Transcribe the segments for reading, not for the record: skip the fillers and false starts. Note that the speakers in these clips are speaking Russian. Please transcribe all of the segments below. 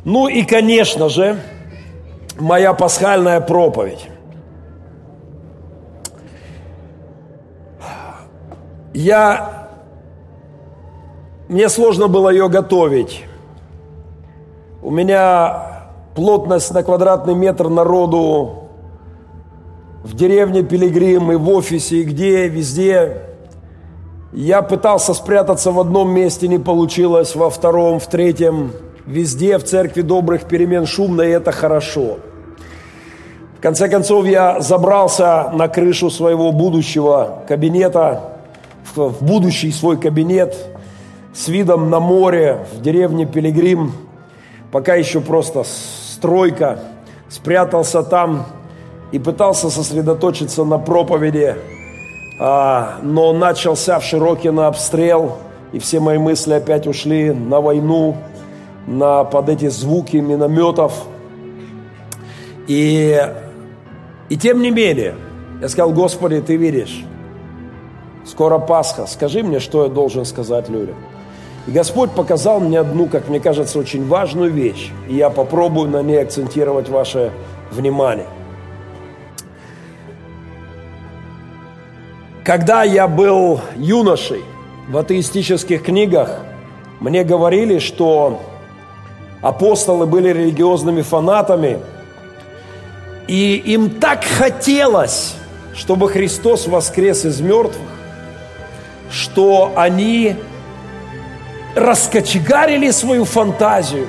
Ну и, конечно же, моя пасхальная проповедь. Мне сложно было ее готовить. У меня плотность на квадратный метр народу в деревне Пилигрим и в офисе, и где, везде. Я пытался спрятаться в одном месте, не получилось, во втором, в третьем. Везде в церкви добрых перемен шумно, и это хорошо. В конце концов, я забрался на крышу своего будущего кабинета, в будущий свой кабинет с видом на море в деревне Пилигрим, пока еще просто стройка, спрятался там и пытался сосредоточиться на проповеди, но начался в Широкино обстрел, и все мои мысли опять ушли на войну, под эти звуки минометов. И тем не менее, я сказал: Господи, Ты видишь, скоро Пасха, скажи мне, что я должен сказать людям. И Господь показал мне одну, как мне кажется, очень важную вещь, и я попробую на ней акцентировать ваше внимание. Когда я был юношей, в атеистических книгах мне говорили, что апостолы были религиозными фанатами, и им так хотелось, чтобы Христос воскрес из мертвых, что они раскочегарили свою фантазию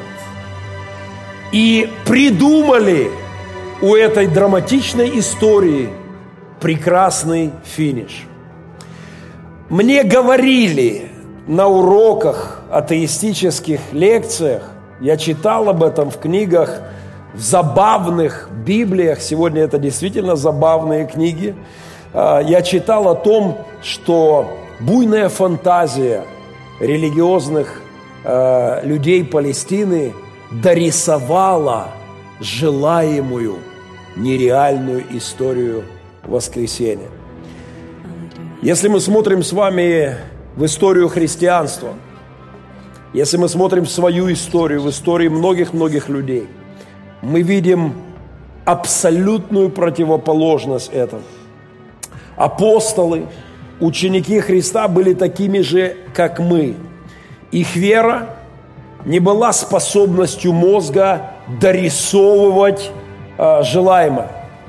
и придумали у этой драматичной истории прекрасный финиш. Мне говорили на уроках, атеистических лекциях, я читал об этом в книгах, в забавных Библиях, сегодня это действительно забавные книги, я читал о том, что буйная фантазия религиозных людей Палестины дорисовала желаемую нереальную историю воскресения. Если мы смотрим с вами в историю христианства, если мы смотрим в свою историю, в истории многих-многих людей, мы видим абсолютную противоположность этому. Апостолы, ученики Христа были такими же, как мы. Их вера не была способностью мозга дорисовывать желаемое.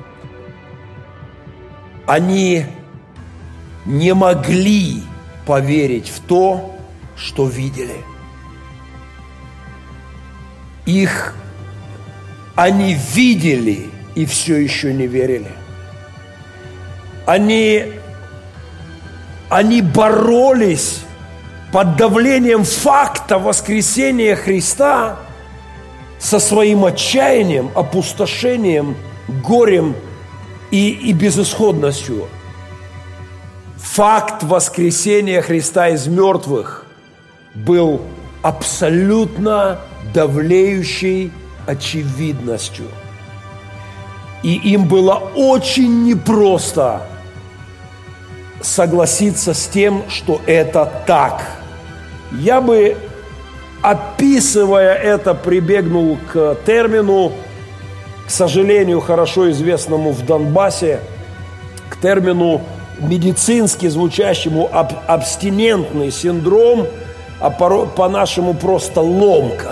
Они не могли поверить в то, что видели. Они видели и все еще не верили. Они боролись под давлением факта воскресения Христа со своим отчаянием, опустошением, горем и безысходностью. Факт воскресения Христа из мертвых был абсолютно давлеющей очевидностью. И им было очень непросто согласиться с тем, что это так. Я бы, описывая это, прибегнул к термину, к сожалению, хорошо известному в Донбассе, к термину медицински звучащему абстинентный синдром, а по-нашему просто ломка.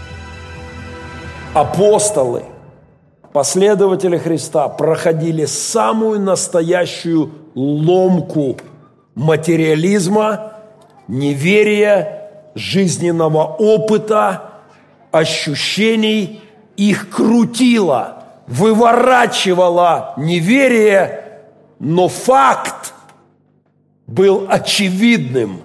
Апостолы, последователи Христа проходили самую настоящую ломку материализма, неверия, жизненного опыта, ощущений. Их крутило, выворачивало неверие, но факт был очевидным,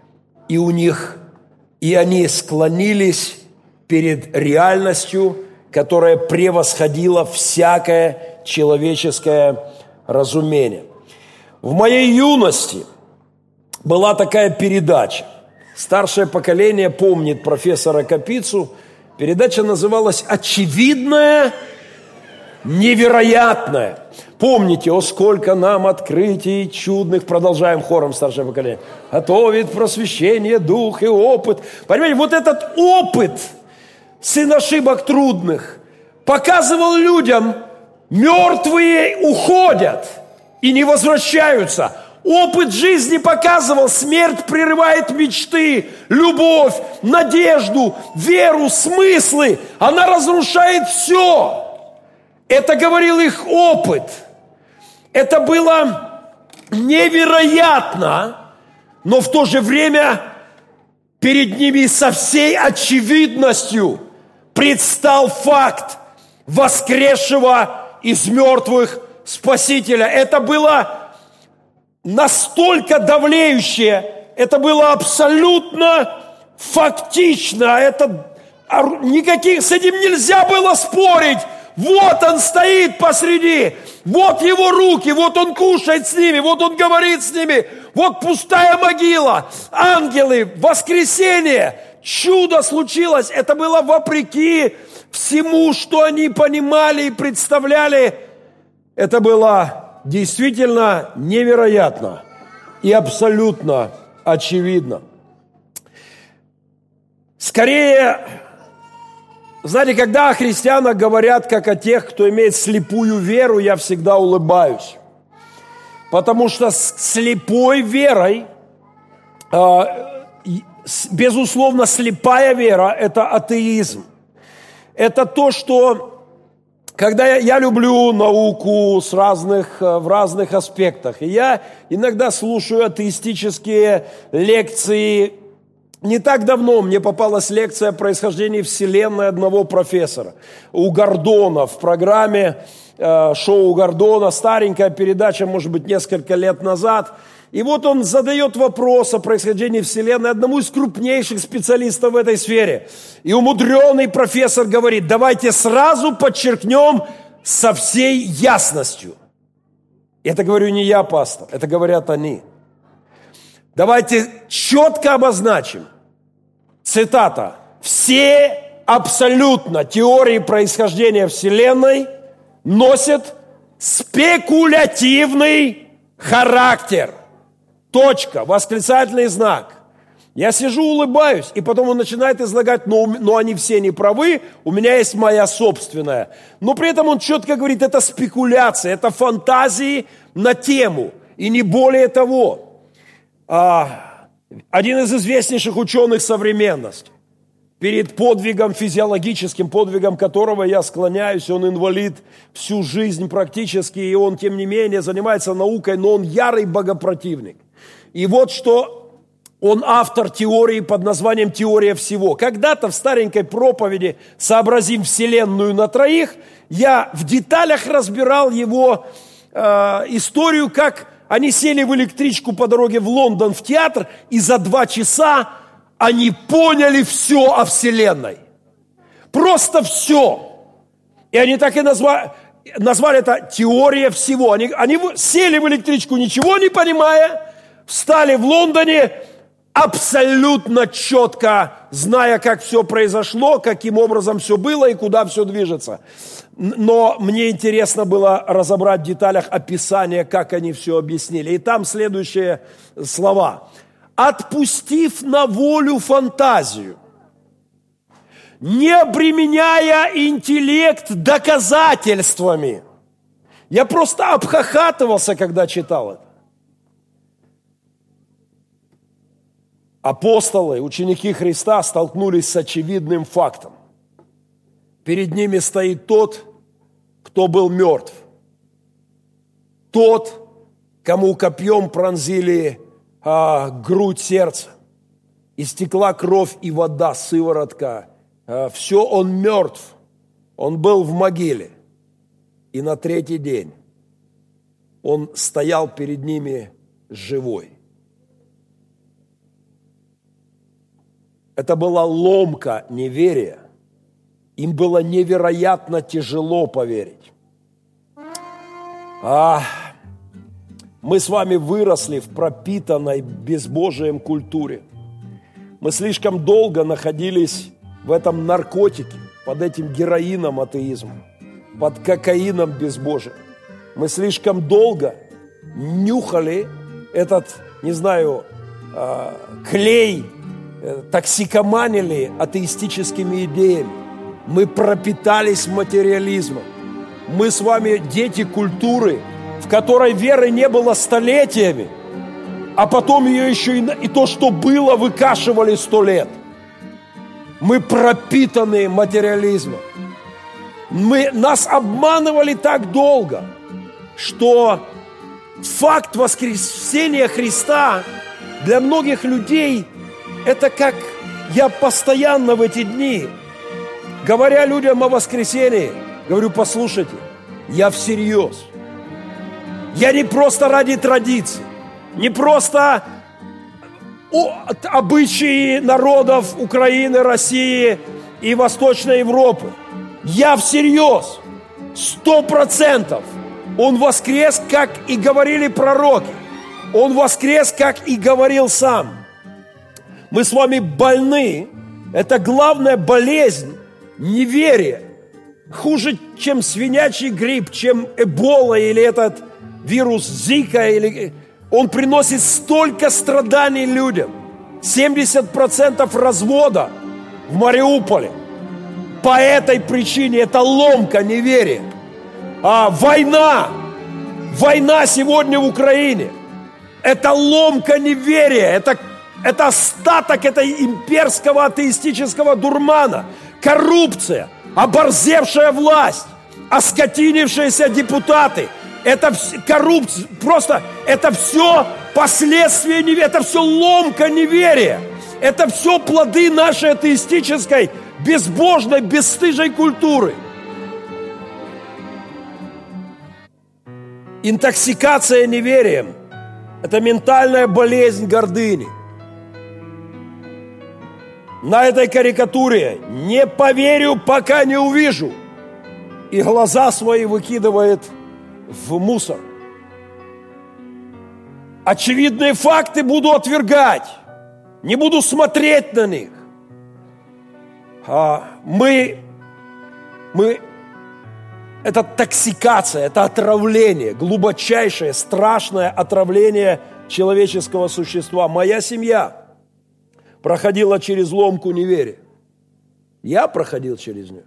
и они склонились перед реальностью, которая превосходила всякое человеческое разумение. В моей юности была такая передача. Старшее поколение помнит профессора Капицу. Передача называлась «Очевидное, невероятное». Помните, о, сколько нам открытий чудных, продолжаем хором старшее поколение, готовит просвещение дух и опыт. Понимаете, вот этот опыт сын ошибок трудных, показывал людям, мертвые уходят и не возвращаются. Опыт жизни показывал, смерть прерывает мечты, любовь, надежду, веру, смыслы. Она разрушает все. Это говорил их опыт. Это было невероятно, но в то же время перед ними со всей очевидностью предстал факт воскресшего из мертвых Спасителя. Это было настолько давлеющее, это было абсолютно фактично, никаких, с этим нельзя было спорить. Вот он стоит посреди, вот его руки, вот он кушает с ними, вот он говорит с ними, вот пустая могила, ангелы, воскресение, чудо случилось. Это было вопреки всему, что они понимали и представляли. Это было действительно невероятно и абсолютно очевидно. Скорее, знаете, когда о христианах говорят, как о тех, кто имеет слепую веру, я всегда улыбаюсь. Потому что с слепой верой, безусловно, слепая вера – это атеизм. Это то, что, когда я люблю науку в разных аспектах, и я иногда слушаю атеистические лекции. Не так давно мне попалась лекция о происхождении Вселенной одного профессора. У Гордона в программе шоу Гордона, старенькая передача, может быть, несколько лет назад. И вот он задает вопрос о происхождении Вселенной одному из крупнейших специалистов в этой сфере. И умудренный профессор говорит: давайте сразу подчеркнем со всей ясностью. Это говорю не я, пастор, это говорят они. Давайте четко обозначим, цитата: «Все абсолютно теории происхождения Вселенной носят спекулятивный характер». Точка, восклицательный знак. Я сижу, улыбаюсь, и потом он начинает излагать, но они все не правы, у меня есть моя собственная. Но при этом он четко говорит, это спекуляция, это фантазии на тему, и не более того. Один из известнейших ученых современности, перед подвигом физиологическим, подвигом которого я склоняюсь, он инвалид всю жизнь практически, и он, тем не менее, занимается наукой, но он ярый богопротивник. И вот что он автор теории под названием «Теория всего». Когда-то в старенькой проповеди «Сообразим Вселенную на троих» я в деталях разбирал его историю, как они сели в электричку по дороге в Лондон в театр, и за 2 часа они поняли все о Вселенной. Просто все. И они так и назвали это «Теория всего». Они сели в электричку, ничего не понимая, встали в Лондоне, абсолютно четко зная, как все произошло, каким образом все было и куда все движется. Но мне интересно было разобрать в деталях описания, как они все объяснили. И там следующие слова. «Отпустив на волю фантазию, не обременяя интеллект доказательствами». Я просто обхахатывался, когда читал это. Апостолы, ученики Христа столкнулись с очевидным фактом. Перед ними стоит тот, кто был мертв. Тот, кому копьем пронзили грудь, сердце. Истекла кровь и вода, сыворотка. Все, он мертв. Он был в могиле. И на 3-й день он стоял перед ними живой. Это была ломка неверия. Им было невероятно тяжело поверить. Мы с вами выросли в пропитанной безбожием культуре. Мы слишком долго находились в этом наркотике, под этим героином атеизма, под кокаином безбожия. Мы слишком долго нюхали этот, не знаю, клей, токсикоманили атеистическими идеями. Мы пропитались материализмом. Мы с вами дети культуры, в которой веры не было столетиями, а потом ее еще и то, что было, выкашивали 100 лет. Мы пропитаны материализмом. Нас обманывали так долго, что факт воскресения Христа для многих людей – это как я постоянно в эти дни, говоря людям о воскресении, говорю: послушайте, я всерьез. Я не просто ради традиций, не просто обычаи народов Украины, России и Восточной Европы. Я всерьез, 100%. Он воскрес, как и говорили пророки. Он воскрес, как и говорил сам. Мы с вами больны. Это главная болезнь – неверие. Хуже, чем свинячий грипп, чем эбола или этот вирус Зика. Он приносит столько страданий людям. 70% развода в Мариуполе. По этой причине это ломка неверия. Война сегодня в Украине – это ломка неверия, это остаток этой имперского атеистического дурмана, коррупция, оборзевшая власть, оскотинившиеся депутаты. Это коррупция, просто это все последствия неверия, это все ломка неверия, это все плоды нашей атеистической, безбожной, бесстыжей культуры. Интоксикация неверием – это ментальная болезнь гордыни. На этой карикатуре «не поверю, пока не увижу», и глаза свои выкидывает в мусор. Очевидные факты буду отвергать, не буду смотреть на них. Это токсикация, это отравление, глубочайшее, страшное отравление человеческого существа. Моя семья проходила через ломку неверия. Я проходил через нее.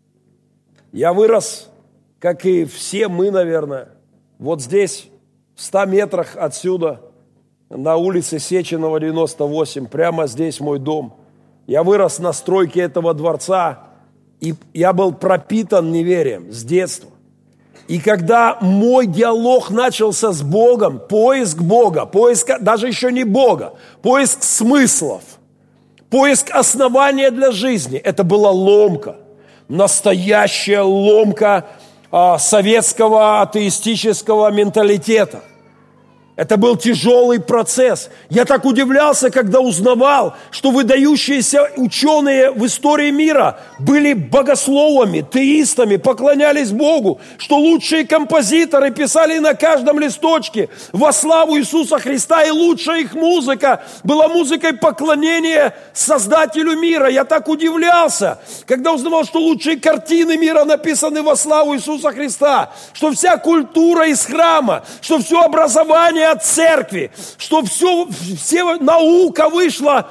Я вырос, как и все мы, наверное, вот здесь, в 100 метрах отсюда, на улице Сеченова, 98, прямо здесь мой дом. Я вырос на стройке этого дворца, и я был пропитан неверием с детства. И когда мой диалог начался с Богом, поиск Бога, поиск даже еще не Бога, поиск смыслов, поиск основания для жизни, это была ломка, настоящая ломка советского атеистического менталитета. Это был тяжелый процесс. Я так удивлялся, когда узнавал, что выдающиеся ученые в истории мира были богословами, теистами, поклонялись Богу, что лучшие композиторы писали на каждом листочке во славу Иисуса Христа, и лучшая их музыка была музыкой поклонения Создателю мира. Я так удивлялся, когда узнавал, что лучшие картины мира написаны во славу Иисуса Христа, что вся культура из храма, что все образование от церкви, что все наука вышла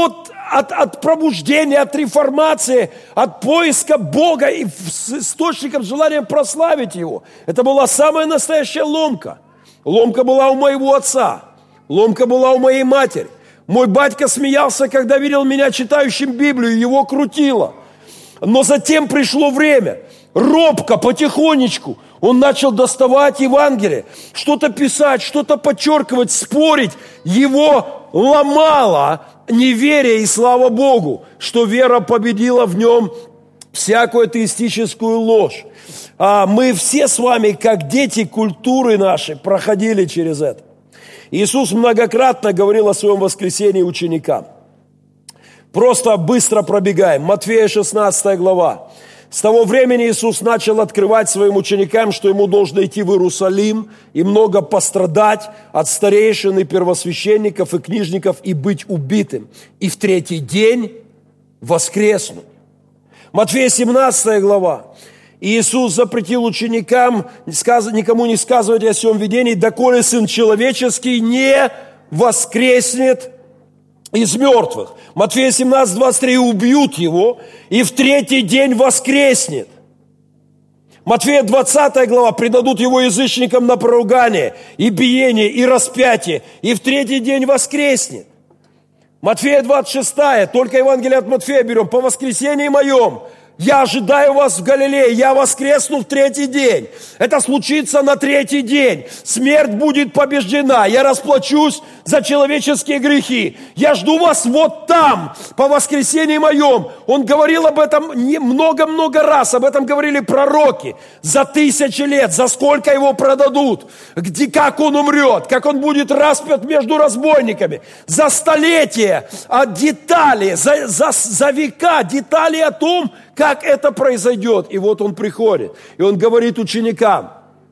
от пробуждения, от реформации, от поиска Бога и с источником, желанием прославить Его. Это была самая настоящая ломка. Ломка была у моего отца, ломка была у моей матери. Мой батька смеялся, когда видел меня читающим Библию, его крутило. Но затем пришло время, робко, потихонечку, он начал доставать Евангелие, что-то писать, что-то подчеркивать, спорить. Его ломало неверие, и слава Богу, что вера победила в нем всякую атеистическую ложь. Мы все с вами, как дети культуры нашей, проходили через это. Иисус многократно говорил о своем воскресении ученикам. Просто быстро пробегаем. Матфея 16 глава. С того времени Иисус начал открывать своим ученикам, что ему должно идти в Иерусалим и много пострадать от старейшин и первосвященников и книжников и быть убитым, и в 3-й день воскреснуть. Матфея 17 глава. Иисус запретил ученикам никому не сказывать о сем видении, доколе Сын Человеческий не воскреснет из мертвых. Матфея 17:23, убьют его, и в третий день воскреснет. Матфея 20 глава, предадут его язычникам на поругание, и биение, и распятие, и в третий день воскреснет. Матфея 26, только Евангелие от Матфея берем, по воскресении моем, я ожидаю вас в Галилее, я воскресну в третий день. Это случится на третий день. Смерть будет побеждена. Я расплачусь за человеческие грехи. Я жду вас вот там, по воскресении моем. Он говорил об этом много-много раз. Об этом говорили пророки. За 1000 лет, за сколько его продадут, как он умрет, как он будет распят между разбойниками. За столетия, детали, за века, детали о том, как это произойдет. И вот он приходит, и он говорит ученикам.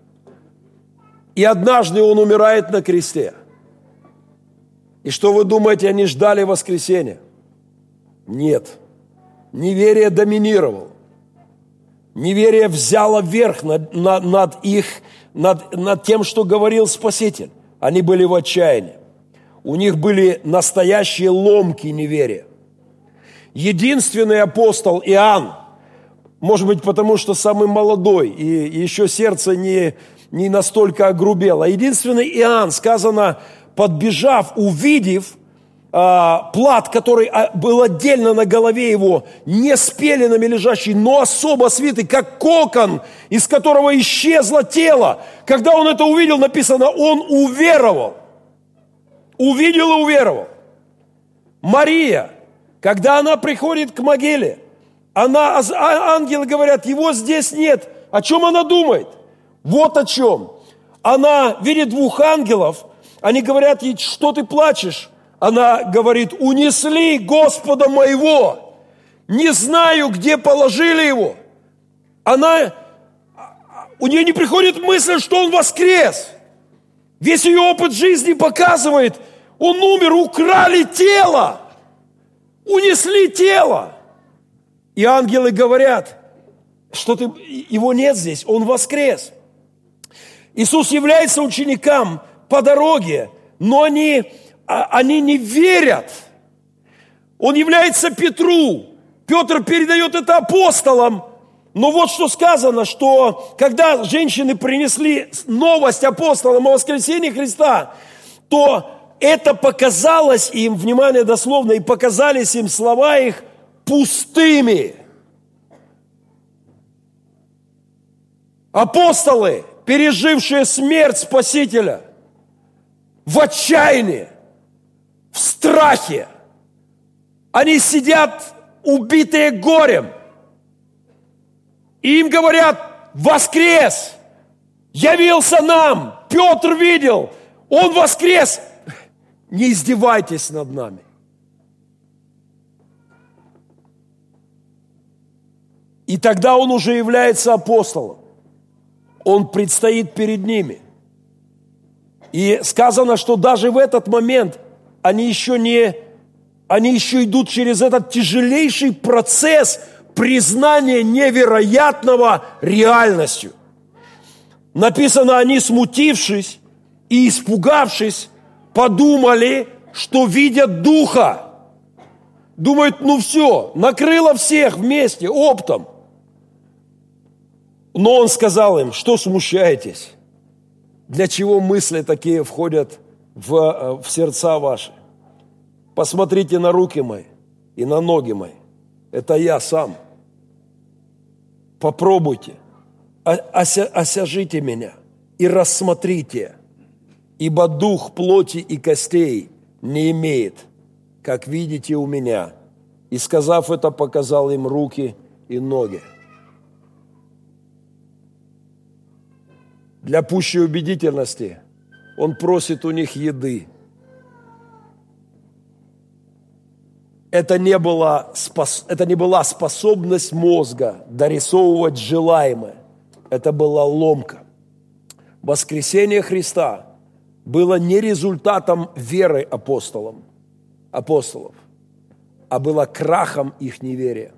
И однажды он умирает на кресте. И что вы думаете, они ждали воскресения? Нет. Неверие доминировало. Неверие взяло верх над тем, что говорил Спаситель. Они были в отчаянии. У них были настоящие ломки неверия. Единственный апостол Иоанн, может быть, потому что самый молодой, и еще сердце не настолько огрубело. Единственный Иоанн, сказано, подбежав, увидев плат, который был отдельно на голове его, не с пеленами лежащий, но особо свитый, как кокон, из которого исчезло тело. Когда он это увидел, написано, он уверовал. Увидел и уверовал. Мария, когда она приходит к могиле, ангелы говорят, его здесь нет. О чем она думает? Вот о чем. Она видит 2 ангелов, они говорят ей, что ты плачешь? Она говорит, унесли Господа моего, не знаю, где положили его. У нее не приходит мысль, что он воскрес. Весь ее опыт жизни показывает, он умер, украли тело. Унесли тело. И ангелы говорят, что его нет здесь, он воскрес. Иисус является ученикам по дороге, но они не верят. Он является Петру. Петр передает это апостолам. Но вот что сказано, что когда женщины принесли новость апостолам о воскресении Христа, то это показалось им, внимание дословно, и показались им слова их пустыми. Апостолы, пережившие смерть Спасителя, в отчаянии, в страхе, они сидят, убитые горем, и им говорят, воскрес, явился нам, Петр видел, он воскрес. Не издевайтесь над нами. И тогда он уже является апостолом. Он предстоит перед ними. И сказано, что даже в этот момент они еще идут через этот тяжелейший процесс признания невероятного реальностью. Написано, они, смутившись и испугавшись, подумали, что видят Духа. Думают, все, накрыло всех вместе, оптом. Но он сказал им, что смущаетесь? Для чего мысли такие входят в сердца ваши? Посмотрите на руки мои и на ноги мои. Это я сам. Попробуйте, осяжите меня и рассмотрите. Ибо дух плоти и костей не имеет, как видите у меня. И, сказав это, показал им руки и ноги. Для пущей убедительности он просит у них еды. Это не была способность мозга дорисовывать желаемое. Это была ломка. Воскресение Христа было не результатом веры апостолов, а было крахом их неверия.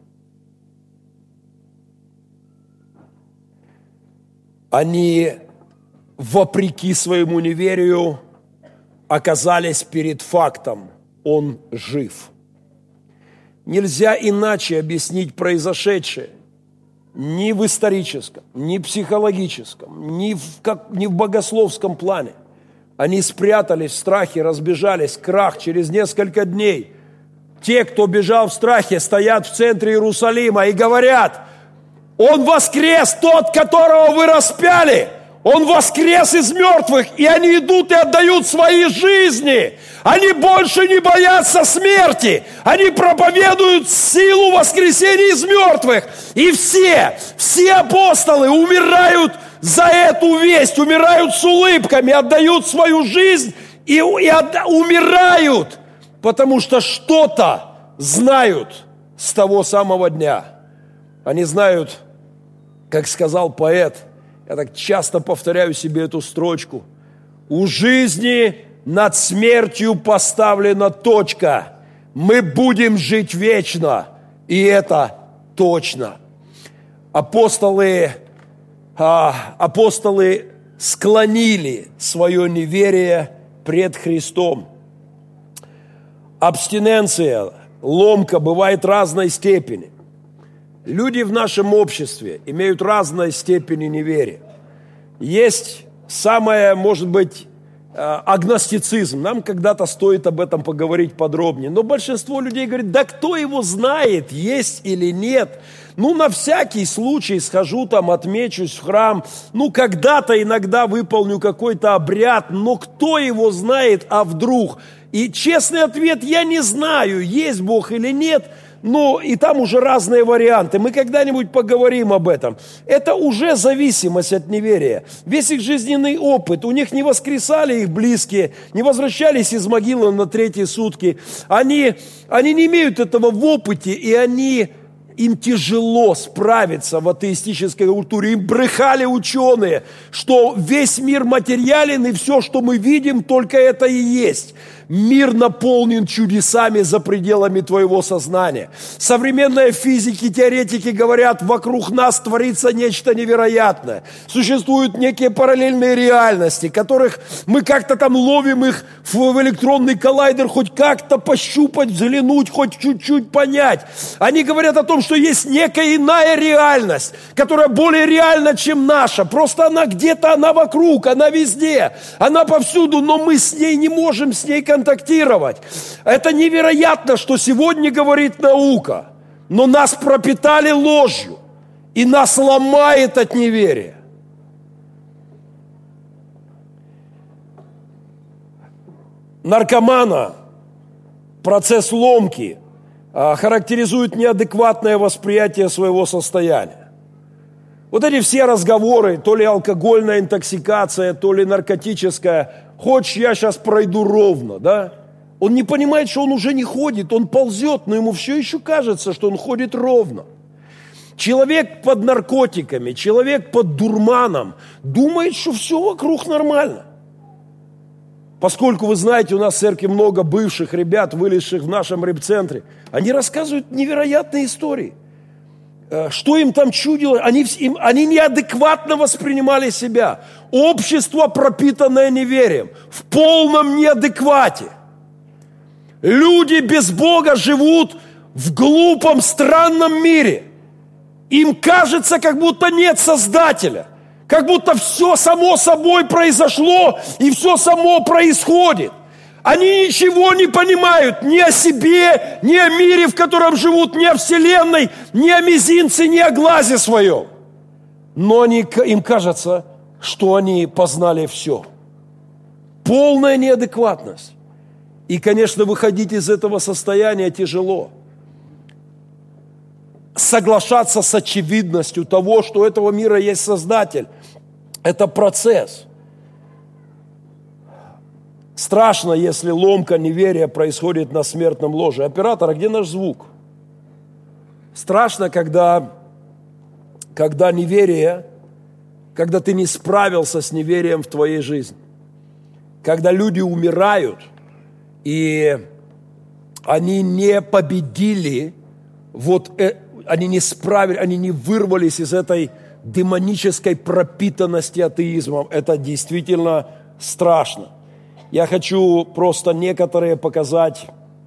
Они, вопреки своему неверию, оказались перед фактом Он жив. Нельзя иначе объяснить произошедшее. Ни в историческом, ни в психологическом, ни в богословском плане. Они спрятались в страхе, разбежались, крах через несколько дней. Те, кто бежал в страхе, стоят в центре Иерусалима и говорят: Он воскрес, тот, которого вы распяли! Он воскрес из мертвых, и они идут и отдают свои жизни. Они больше не боятся смерти. Они проповедуют силу воскресения из мертвых. И все апостолы умирают за эту весть, умирают с улыбками, отдают свою жизнь и умирают, потому что что-то знают с того самого дня. Они знают, как сказал поэт, я так часто повторяю себе эту строчку: у жизни над смертью поставлена точка. Мы будем жить вечно, и это точно. Апостолы склонили свое неверие пред Христом. Абстиненция, ломка бывает разной степени. Люди в нашем обществе имеют разные степени неверия. Есть самое, может быть, агностицизм. Нам когда-то стоит об этом поговорить подробнее. Но большинство людей говорит: да кто его знает, есть или нет. На всякий случай схожу там, отмечусь в храм. Когда-то иногда выполню какой-то обряд, но кто его знает, а вдруг? И честный ответ: я не знаю, есть Бог или нет. И там уже разные варианты. Мы когда-нибудь поговорим об этом. Это уже зависимость от неверия. Весь их жизненный опыт. У них не воскресали их близкие, не возвращались из могилы на третьи сутки. Они не имеют этого в опыте, и им тяжело справиться в атеистической культуре. Им брехали ученые, что весь мир материален, и все, что мы видим, только это и есть. Мир наполнен чудесами за пределами твоего сознания. Современные физики, теоретики говорят: вокруг нас творится нечто невероятное. Существуют некие параллельные реальности, которых мы как-то там ловим их в электронный коллайдер, хоть как-то пощупать, взглянуть, хоть чуть-чуть понять. Они говорят о том, что есть некая иная реальность, которая более реальна, чем наша. Просто она где-то, она вокруг, она везде, она повсюду, но мы с ней не можем контактировать. Это невероятно, что сегодня говорит наука, но нас пропитали ложью, и нас ломает от неверия. Наркомана процесс ломки характеризует неадекватное восприятие своего состояния. Вот эти все разговоры, то ли алкогольная интоксикация, то ли наркотическая: хочешь, я сейчас пройду ровно, да? Он не понимает, что он уже не ходит, он ползет, но ему все еще кажется, что он ходит ровно. Человек под наркотиками, человек под дурманом думает, что все вокруг нормально. Поскольку, вы знаете, у нас в церкви много бывших ребят, вылезших в нашем реп-центре, они рассказывают невероятные истории. Что им там чудило? Они неадекватно воспринимали себя. Общество, пропитанное неверием, в полном неадеквате. Люди без Бога живут в глупом, странном мире. Им кажется, как будто нет Создателя. Как будто все само собой произошло и все само происходит. Они ничего не понимают ни о себе, ни о мире, в котором живут, ни о Вселенной, ни о мизинце, ни о глазе своем. Но им кажется, что они познали все. Полная неадекватность. И, конечно, выходить из этого состояния тяжело. Соглашаться с очевидностью того, что у этого мира есть Создатель, это процесс. Страшно, если ломка неверия происходит на смертном ложе. Оператор, а где наш звук? Страшно, когда неверие, когда ты не справился с неверием в твоей жизни. Когда люди умирают, и они не победили, они не справились, они не вырвались из этой демонической пропитанности атеизмом. Это действительно страшно. Я хочу просто некоторые показать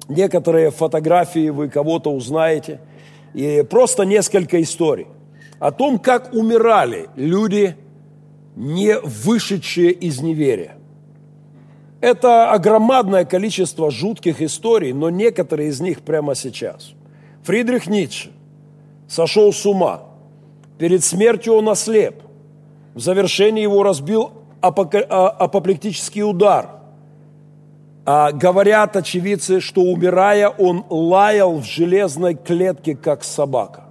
некоторые фотографии, вы кого-то узнаете, и просто несколько историй о том, как умирали люди, не вышедшие из неверия. Это огромное количество жутких историй, но некоторые из них прямо сейчас. Фридрих Ницше сошел с ума. Перед смертью он ослеп. В завершении его разбил апоплектический удар. Говорят очевидцы, что, умирая, он лаял в железной клетке, как собака.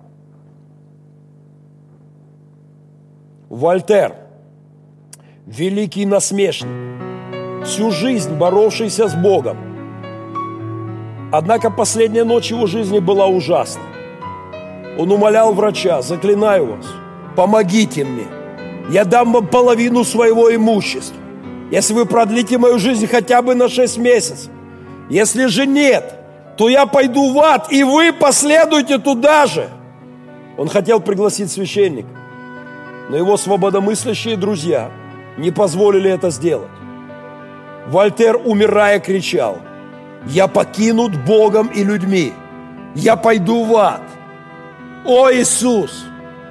Вольтер, великий насмешник, всю жизнь боровшийся с Богом. Однако последняя ночь его жизни была ужасна. Он умолял врача: заклинаю вас, помогите мне. Я дам вам половину своего имущества, если вы продлите мою жизнь хотя бы на 6 месяцев. Если же нет, то я пойду в ад, и вы последуете туда же. Он хотел пригласить священника, но его свободомыслящие друзья не позволили это сделать. Вольтер, умирая, кричал: «Я покинут Богом и людьми, я пойду в ад. О Иисус!»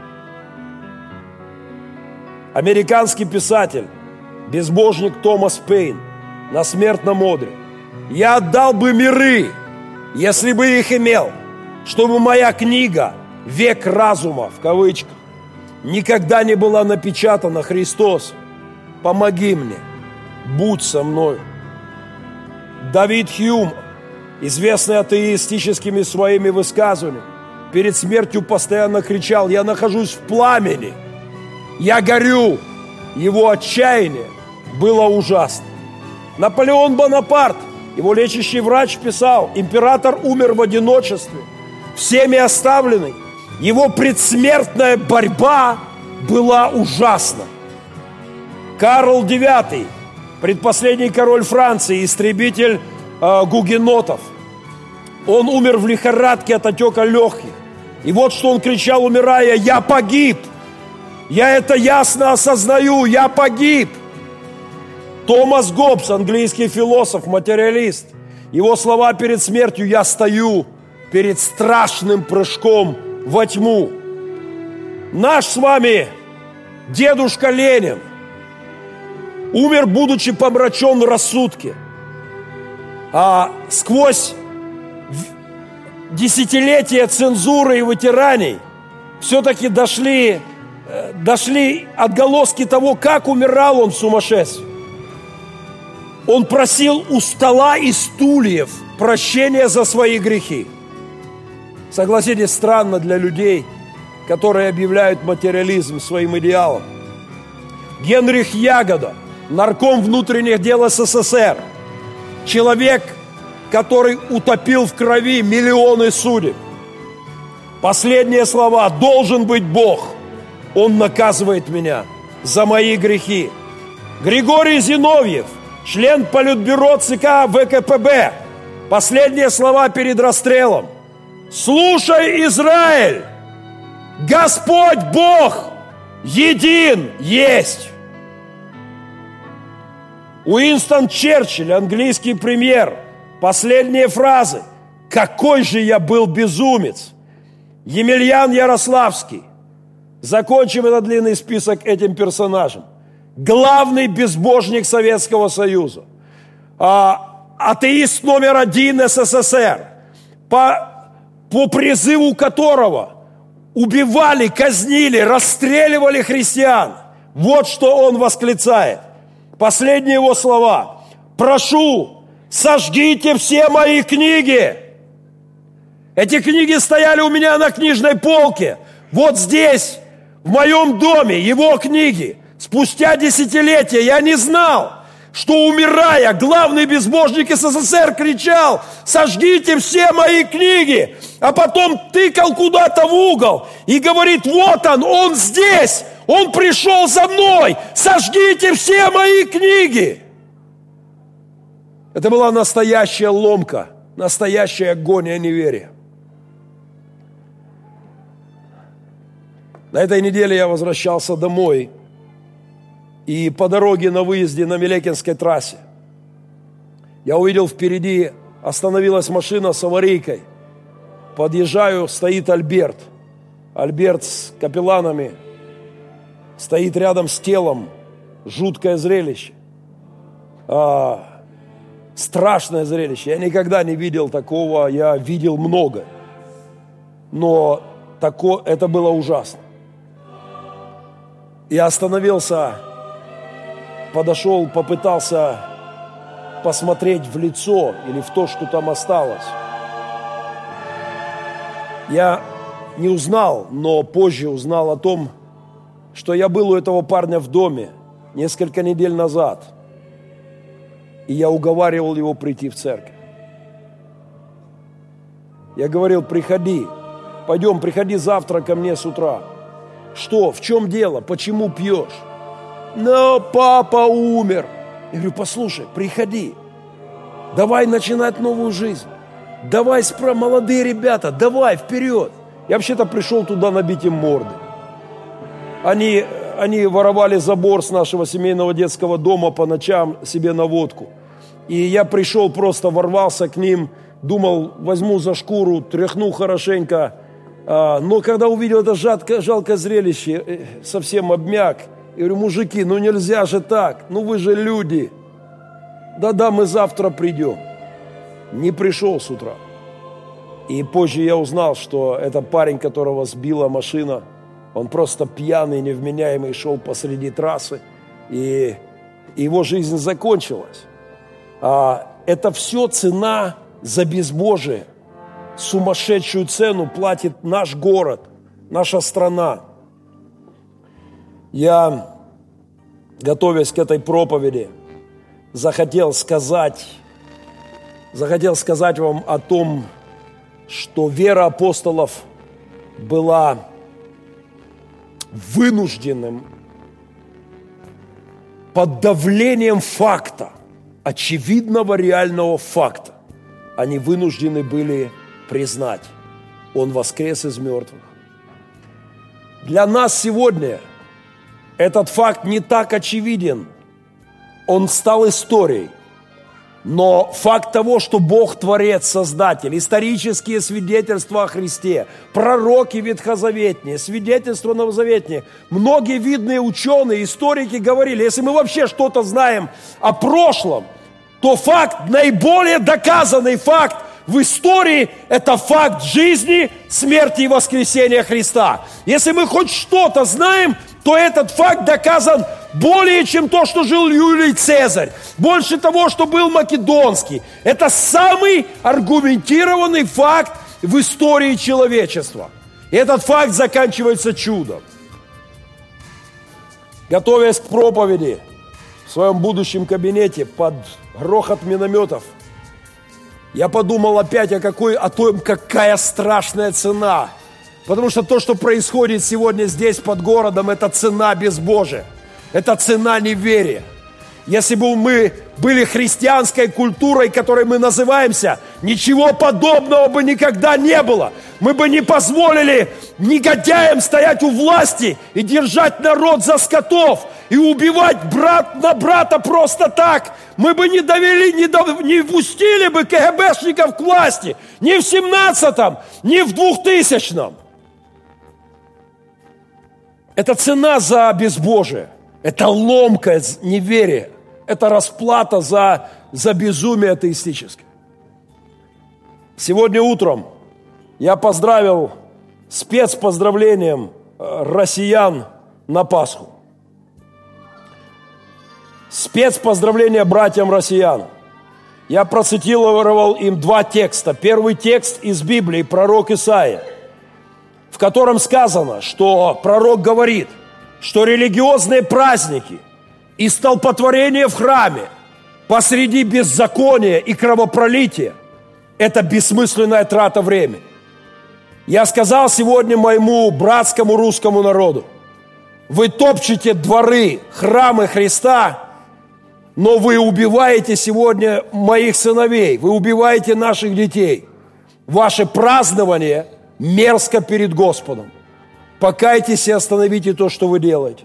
Американский писатель, безбожник Томас Пейн на смертном одре: «Я отдал бы миры, если бы их имел, чтобы моя книга «Век разума» в кавычках никогда не была напечатана. Христос, помоги мне, будь со мной». Давид Хьюм, известный атеистическими своими высказываниями, перед смертью постоянно кричал: «Я нахожусь в пламени, я горю». Его отчаяние было ужасно. Наполеон Бонапарт, его лечащий врач, писал: «Император умер в одиночестве, всеми оставленный. Его предсмертная борьба была ужасна». Карл IX, предпоследний король Франции, истребитель гугенотов, он умер в лихорадке от отека легких. И вот что он кричал, умирая: «Я погиб! Я это ясно осознаю, я погиб!» Томас Гоббс, английский философ, материалист, его слова перед смертью: «Я стою перед страшным прыжком во тьму». Наш с вами дедушка Ленин умер, будучи помрачен в рассудке. Сквозь десятилетия цензуры и вытираний все-таки дошли отголоски того, как умирал он в сумасшествии. Он просил у стола и стульев прощения за свои грехи. Согласитесь, странно для людей, которые объявляют материализм своим идеалом. Генрих Ягода, нарком внутренних дел СССР, человек, который утопил в крови миллионы судеб. Последние слова: «Должен быть Бог, Он наказывает меня за мои грехи». Григорий Зиновьев, член Политбюро ЦК ВКПБ, последние слова перед расстрелом: «Слушай, Израиль, Господь Бог един есть». Уинстон Черчилль, английский премьер, последние фразы: «Какой же я был безумец». Емельян Ярославский, закончим этот длинный список этим персонажем, главный безбожник Советского Союза, атеист номер 1 СССР, по призыву которого убивали, казнили, расстреливали христиан. Вот что он восклицает. Последние его слова: «Прошу, сожгите все мои книги». Эти книги стояли у меня на книжной полке. Вот здесь, в моем доме, его книги. Спустя десятилетия я не знал, что, умирая, главный безбожник СССР кричал: «Сожгите все мои книги!» А потом тыкал куда-то в угол и говорит: «Вот он здесь! Он пришел за мной! Сожгите все мои книги!» Это была настоящая ломка, настоящая агония неверия. На этой неделе я возвращался домой, и по дороге на выезде на Мелекинской трассе я увидел впереди остановилась машина с аварийкой. Подъезжаю, стоит Альберт. Альберт с капелланами стоит рядом с телом. Жуткое зрелище. Страшное зрелище. Я никогда не видел такого. Я видел много. Но это было ужасно. Я остановился, подошел, попытался посмотреть в лицо или в то, что там осталось. Я не узнал, но позже узнал о том, что я был у этого парня в доме несколько недель назад. И я уговаривал его прийти в церковь. Я говорил: приходи, пойдем, приходи завтра ко мне с утра. Что, в чем дело, почему пьешь? Но папа умер. Я говорю: послушай, приходи, давай начинать новую жизнь. Давай, молодые ребята, давай, вперед. Я вообще-то пришел туда набить им морды. Они воровали забор с нашего семейного детского дома по ночам себе на водку. И я пришел, просто ворвался к ним, думал, возьму за шкуру, тряхну хорошенько. Но когда увидел это жалкое зрелище, совсем обмяк. Я говорю: мужики, ну нельзя же так, ну вы же люди. Да-да, мы завтра придем. Не пришел с утра. И позже я узнал, что это парень, которого сбила машина, он просто пьяный, невменяемый, шел посреди трассы, и его жизнь закончилась. Это все цена за безбожие. Сумасшедшую цену платит наш город, наша страна. Я, готовясь к этой проповеди, захотел сказать вам о том, что вера апостолов была вынужденным под давлением факта, очевидного реального факта. Они вынуждены были признать: Он воскрес из мертвых. Для нас сегодня этот факт не так очевиден. Он стал историей. Но факт того, что Бог Творец, Создатель, исторические свидетельства о Христе, пророки ветхозаветные, свидетельства новозаветные, многие видные ученые, историки говорили: если мы вообще что-то знаем о прошлом, то факт, наиболее доказанный факт в истории – это факт жизни, смерти и воскресения Христа. Если мы хоть что-то знаем, то этот факт доказан более, чем то, что жил Юлий Цезарь, больше того, что был Македонский. Это самый аргументированный факт в истории человечества. И этот факт заканчивается чудом. Готовясь к проповеди в своем будущем кабинете под грохот минометов, я подумал опять о том, какая страшная цена. Потому что то, что происходит сегодня здесь, под городом, это цена безбожия. Это цена неверия. Если бы мы были христианской культурой, которой мы называемся, ничего подобного бы никогда не было. Мы бы не позволили негодяям стоять у власти и держать народ за скотов, и убивать брат на брата просто так. Мы бы не пустили бы КГБшников к власти ни в 17-м, ни в 2000-м. Это цена за безбожие. Это ломка неверия. Это расплата за безумие атеистическое. Сегодня утром я поздравил спецпоздравлением россиян на Пасху. Спецпоздравления братьям россиян. Я процитировал им два текста. Первый текст из Библии, пророк Исаия, в котором сказано, что пророк говорит, что религиозные праздники и столпотворение в храме посреди беззакония и кровопролития – это бессмысленная трата времени. Я сказал сегодня моему братскому русскому народу: вы топчете дворы, храмы Христа, но вы убиваете сегодня моих сыновей, вы убиваете наших детей. Ваше празднование мерзко перед Господом. Покайтесь и остановите то, что вы делаете.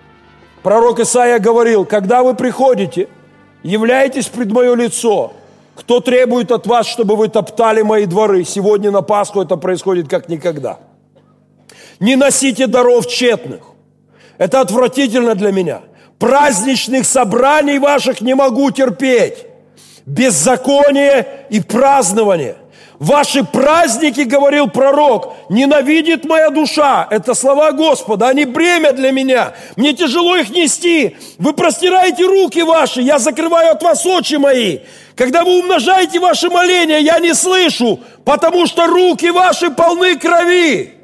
Пророк Исаия говорил: когда вы приходите, являетесь пред мое лицо, Кто требует от вас, чтобы вы топтали мои дворы? Сегодня на Пасху это происходит как никогда. Не носите даров тщетных. Это отвратительно для меня. Праздничных собраний ваших не могу терпеть. Беззаконие и празднование. Ваши праздники, говорил пророк, ненавидит моя душа. Это слова Господа, они бремя для меня. Мне тяжело их нести. Вы простираете руки ваши, я закрываю от вас очи мои. Когда вы умножаете ваши моления, я не слышу, потому что руки ваши полны крови.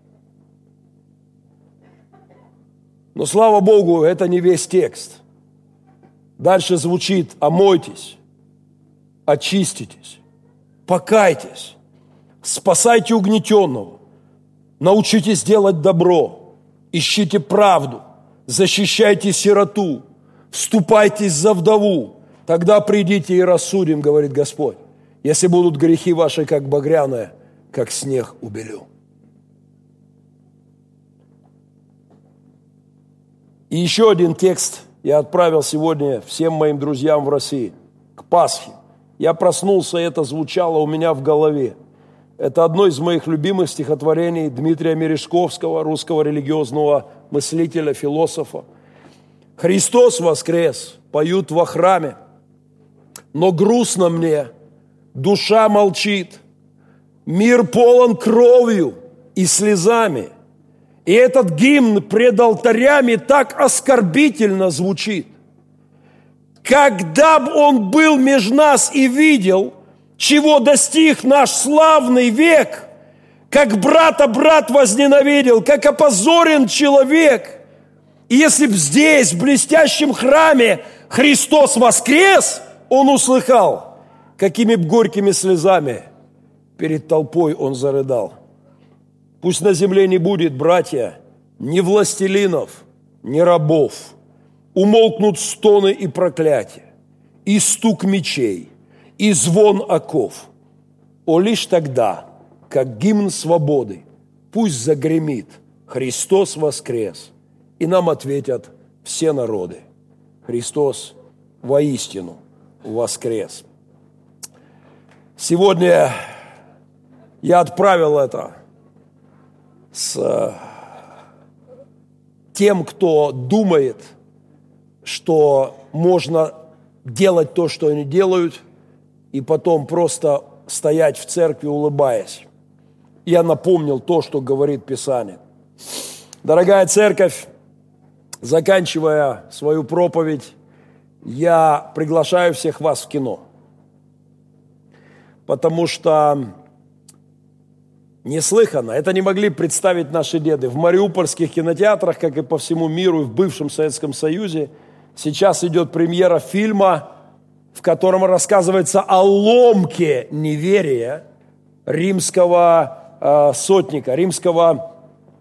Но, слава Богу, это не весь текст. Дальше звучит: омойтесь, очиститесь, покайтесь, спасайте угнетенного, научитесь делать добро, ищите правду, защищайте сироту, вступайтесь за вдову, тогда придите и рассудим, говорит Господь, если будут грехи ваши, как багряное, как снег убелю. И еще один текст я отправил сегодня всем моим друзьям в России к Пасхе. Я проснулся, и это звучало у меня в голове. Это одно из моих любимых стихотворений Дмитрия Мережковского, русского религиозного мыслителя, философа. «Христос воскрес, поют во храме, но грустно мне, душа молчит, мир полон кровью и слезами, и этот гимн пред алтарями так оскорбительно звучит. Когда бы он был меж нас и видел, чего достиг наш славный век, как брата брат возненавидел, как опозорен человек, и если б здесь, в блестящем храме, Христос воскрес, он услыхал, какими б горькими слезами перед толпой он зарыдал. Пусть на земле не будет, братья, ни властелинов, ни рабов. Умолкнут стоны и проклятия, и стук мечей, и звон оков. О, лишь тогда, как гимн свободы, пусть загремит «Христос воскрес», и нам ответят все народы: «Христос воистину воскрес». Сегодня я отправил это с тем, кто думает, что можно делать то, что они делают, и потом просто стоять в церкви, улыбаясь. Я напомнил то, что говорит Писание. Дорогая церковь, заканчивая свою проповедь, я приглашаю всех вас в кино. Потому что неслыханно, это не могли представить наши деды. В мариупольских кинотеатрах, как и по всему миру, и в бывшем Советском Союзе, сейчас идет премьера фильма, в котором рассказывается о ломке неверия римского сотника, римского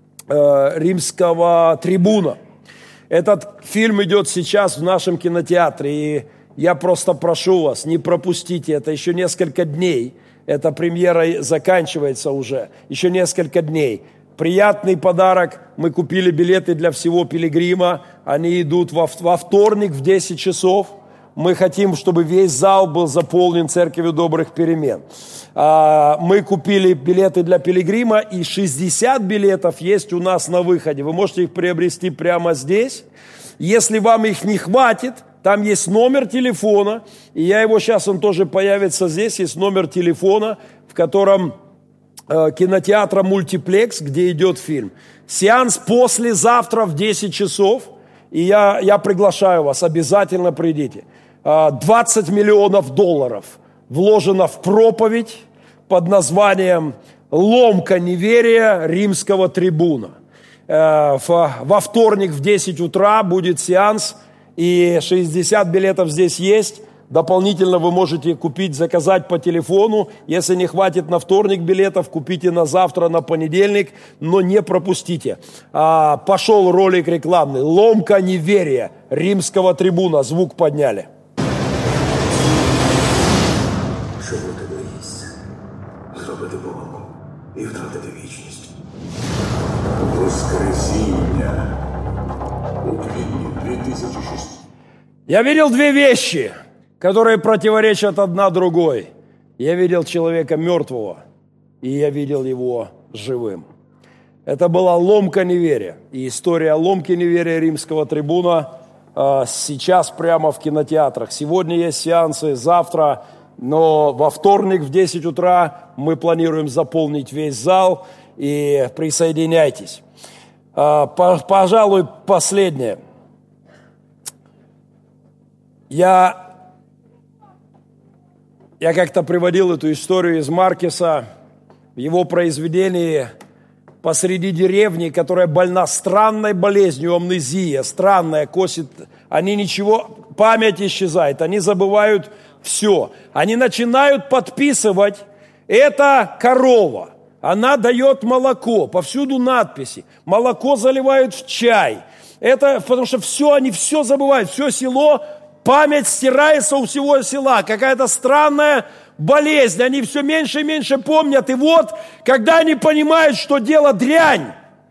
трибуна. Этот фильм идет сейчас в нашем кинотеатре, и я просто прошу вас, не пропустите, это еще несколько дней. Эта премьера заканчивается уже, еще несколько дней. Приятный подарок, мы купили билеты для всего пилигрима, они идут во вторник в 10 часов. Мы хотим, чтобы весь зал был заполнен Церковью Добрых Перемен. Мы купили билеты для пилигрима, и 60 билетов есть у нас на выходе. Вы можете их приобрести прямо здесь. Если вам их не хватит, там есть номер телефона, и он тоже появится здесь, есть номер телефона, в котором кинотеатра «Мультиплекс», где идет фильм. Сеанс послезавтра в 10 часов, и я приглашаю вас, обязательно придите. 20 миллионов долларов вложено в проповедь под названием «Ломка неверия римского трибуна». Во вторник в 10 утра будет сеанс, и 60 билетов здесь есть. Дополнительно вы можете купить, заказать по телефону. Если не хватит на вторник билетов, купите на завтра, на понедельник, но не пропустите. Пошел ролик рекламный. «Ломка неверия римского трибуна». Звук подняли. Що у тебе є? Зробити помилку і втратити вічність. Воскресіння у квітні 2006. Я видел две вещи, которые противоречат одна другой. Я видел человека мертвого, и я видел его живым. Это была ломка неверия. И история ломки неверия римского трибуна сейчас прямо в кинотеатрах. Сегодня есть сеансы, завтра, но во вторник в 10 утра мы планируем заполнить весь зал. И присоединяйтесь. Пожалуй, последнее. Я как-то приводил эту историю из Маркеса в его произведении посреди деревни, которая больна странной болезнью, амнезия, странная, косит. Они ничего, память исчезает, они забывают все. Они начинают подписывать, это корова, она дает молоко, повсюду надписи, молоко заливают в чай. Это потому что все, они все забывают, все село, память стирается у всего села, какая-то странная болезнь, они все меньше и меньше помнят. И вот, когда они понимают, что дело дрянь,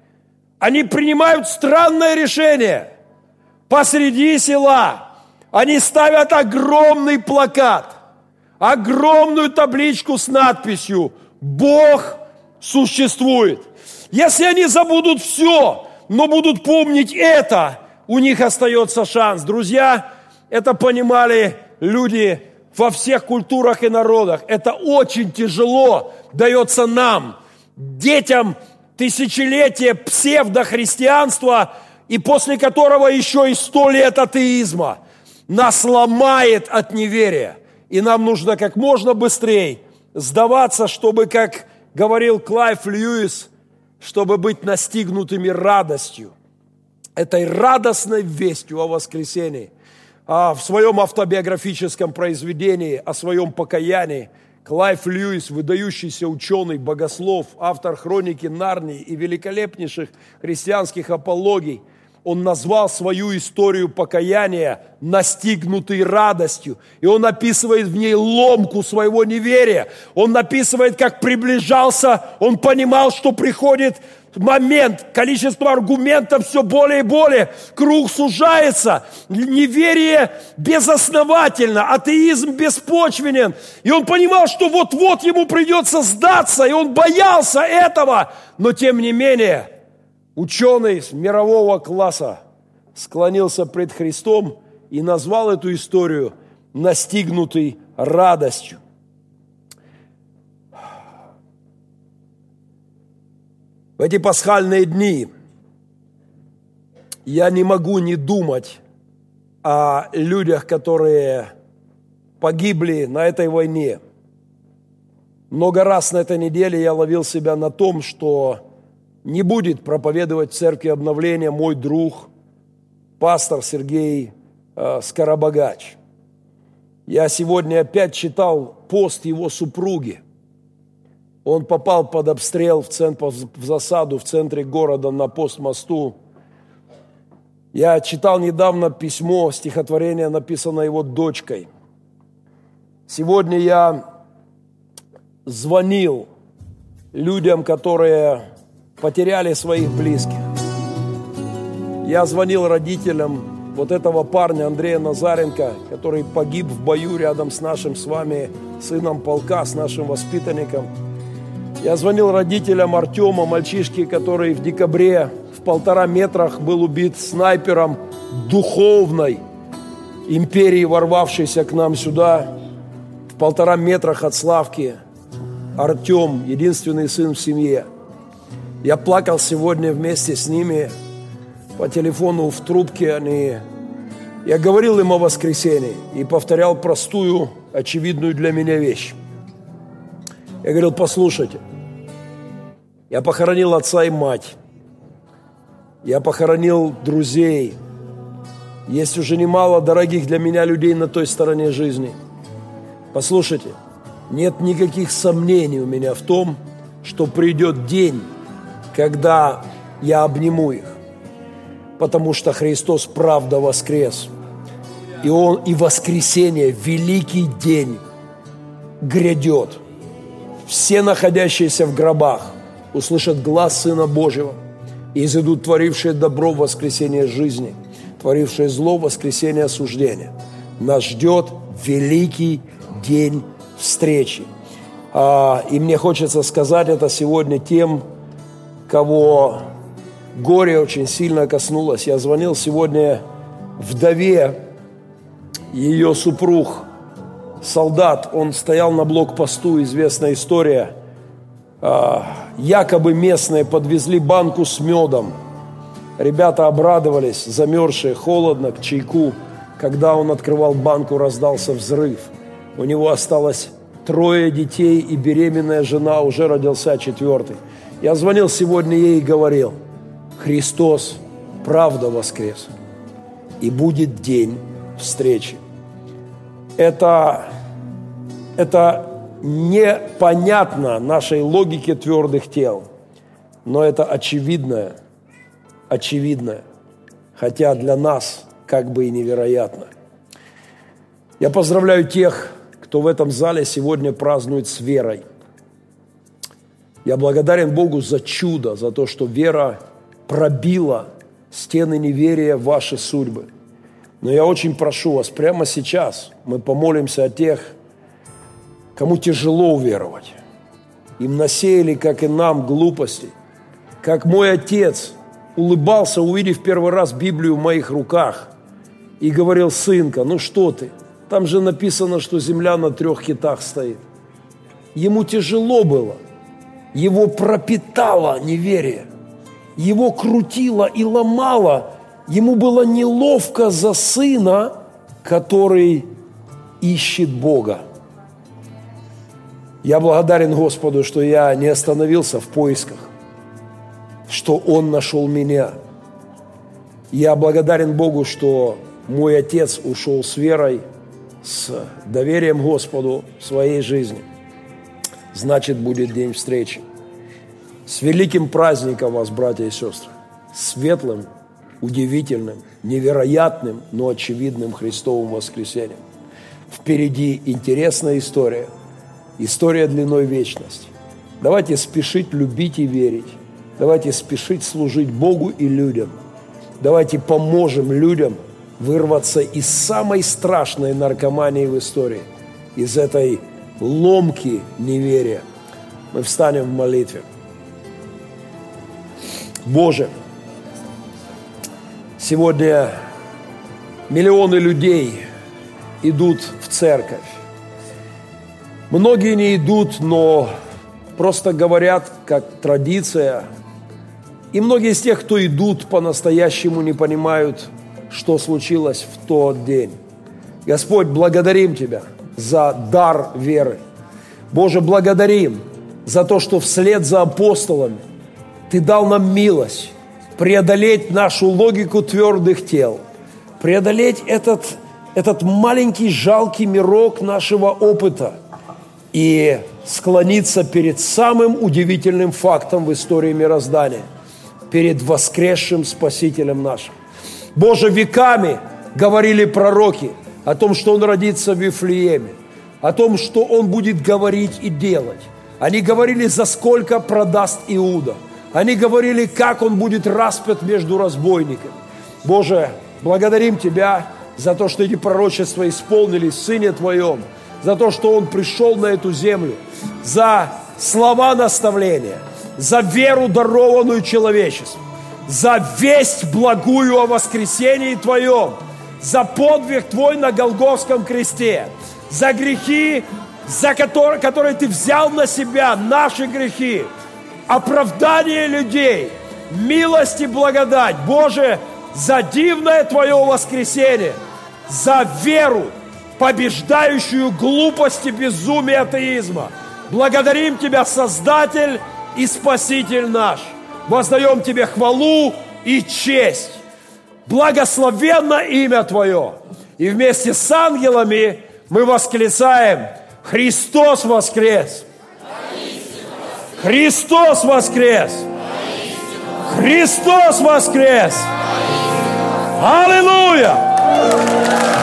они принимают странное решение. Посреди села они ставят огромный плакат, огромную табличку с надписью «Бог существует». Если они забудут все, но будут помнить это, у них остается шанс. Друзья, это понимали люди во всех культурах и народах. Это очень тяжело дается нам, детям тысячелетия псевдохристианства, и после которого еще и 100 лет атеизма. Нас ломает от неверия. И нам нужно как можно быстрее сдаваться, чтобы, как говорил Клайв Льюис, чтобы быть настигнутыми радостью. Этой радостной вестью о воскресении. В своем автобиографическом произведении о своем покаянии Клайв Льюис, выдающийся ученый, богослов, автор хроники Нарнии и великолепнейших христианских апологий, он назвал свою историю покаяния «настигнутой радостью». И он описывает в ней ломку своего неверия. Он описывает, как приближался, он понимал, что приходит момент, количество аргументов все более и более, круг сужается, неверие безосновательно, атеизм беспочвенен. И он понимал, что вот-вот ему придется сдаться, и он боялся этого. Но тем не менее, ученый мирового класса склонился пред Христом и назвал эту историю «настигнутой радостью». В эти пасхальные дни я не могу не думать о людях, которые погибли на этой войне. Много раз на этой неделе я ловил себя на том, что не будет проповедовать в церкви обновления мой друг, пастор Сергей Скоробогач. Я сегодня опять читал пост его супруги. Он попал под обстрел в засаду в центре города на постмосту. Я читал недавно письмо, стихотворение, написанное его дочкой. Сегодня я звонил людям, которые потеряли своих близких. Я звонил родителям вот этого парня Андрея Назаренко, который погиб в бою рядом с нашим с вами сыном полка, с нашим воспитанником. Я звонил родителям Артема, мальчишки, который в декабре в 1,5 метра был убит снайпером духовной империи, ворвавшейся к нам сюда. В 1,5 метра от Славки. Артем, единственный сын в семье. Я плакал сегодня вместе с ними по телефону в трубке. Я говорил им о воскресении и повторял простую, очевидную для меня вещь. Я говорил: послушайте, я похоронил отца и мать, я похоронил друзей, есть уже немало дорогих для меня людей на той стороне жизни. Послушайте, нет никаких сомнений у меня в том, что придет день, когда я обниму их, потому что Христос правда воскрес, и воскресение, великий день грядет. Все находящиеся в гробах услышат глас Сына Божьего и изыдут творившие добро в воскресение жизни, творившие зло в воскресение осуждения. Нас ждет великий день встречи. И мне хочется сказать это сегодня тем, кого горе очень сильно коснулось. Я звонил сегодня вдове, ее супруг, солдат, он стоял на блокпосту, известная история. Якобы местные подвезли банку с медом. Ребята обрадовались, замерзшие, холодно, к чайку. Когда он открывал банку, раздался взрыв. У него осталось 3 детей, и беременная жена, уже родился 4-й. Я звонил сегодня ей и говорил: Христос правда воскрес, и будет день встречи. Это непонятно нашей логике твердых тел, но это очевидное, хотя для нас как бы и невероятно. Я поздравляю тех, кто в этом зале сегодня празднует с верой. Я благодарен Богу за чудо, за то, что вера пробила стены неверия в ваши судьбы. Но я очень прошу вас, прямо сейчас мы помолимся о тех, кому тяжело уверовать. Им насеяли, как и нам, глупостей. Как мой отец улыбался, увидев первый раз Библию в моих руках, и говорил: сынка, ну что ты? Там же написано, что земля на 3 китах стоит. Ему тяжело было. Его пропитало неверие. Его крутило и ломало. Ему было неловко за сына, который ищет Бога. Я благодарен Господу, что я не остановился в поисках, что Он нашел меня. Я благодарен Богу, что мой отец ушел с верой, с доверием Господу в своей жизни. Значит, будет день встречи. С великим праздником вас, братья и сестры, светлым, удивительным, невероятным, но очевидным Христовым воскресением. Впереди интересная история, история длиной вечности. Давайте спешить любить и верить. Давайте спешить служить Богу и людям. Давайте поможем людям вырваться из самой страшной наркомании в истории, из этой ломки неверия. Мы встанем в молитве. Боже, сегодня миллионы людей идут в церковь. Многие не идут, но просто говорят, как традиция. И многие из тех, кто идут, по-настоящему не понимают, что случилось в тот день. Господь, благодарим Тебя за дар веры. Боже, благодарим за то, что вслед за апостолами Ты дал нам милость преодолеть нашу логику твердых тел, преодолеть этот маленький жалкий мирок нашего опыта и склониться перед самым удивительным фактом в истории мироздания, перед воскресшим Спасителем нашим. Боже, веками говорили пророки о том, что Он родится в Вифлееме, о том, что Он будет говорить и делать. Они говорили, за сколько продаст Иуда. Они говорили, как Он будет распят между разбойниками. Боже, благодарим Тебя за то, что эти пророчества исполнились в Сыне Твоем, за то, что Он пришел на эту землю, за слова наставления, за веру, дарованную человечеству, за весть благую о воскресении Твоем, за подвиг Твой на Голгофском кресте, за грехи, которые Ты взял на себя, наши грехи, оправдание людей, милость и благодать. Боже, за дивное Твое воскресение, за веру, побеждающую глупость и безумие атеизма. Благодарим Тебя, Создатель и Спаситель наш. Воздаем Тебе хвалу и честь. Благословенно имя Твое. И вместе с ангелами мы восклицаем: Христос воскрес! Христос воскрес! Христос воскрес! Аллилуйя!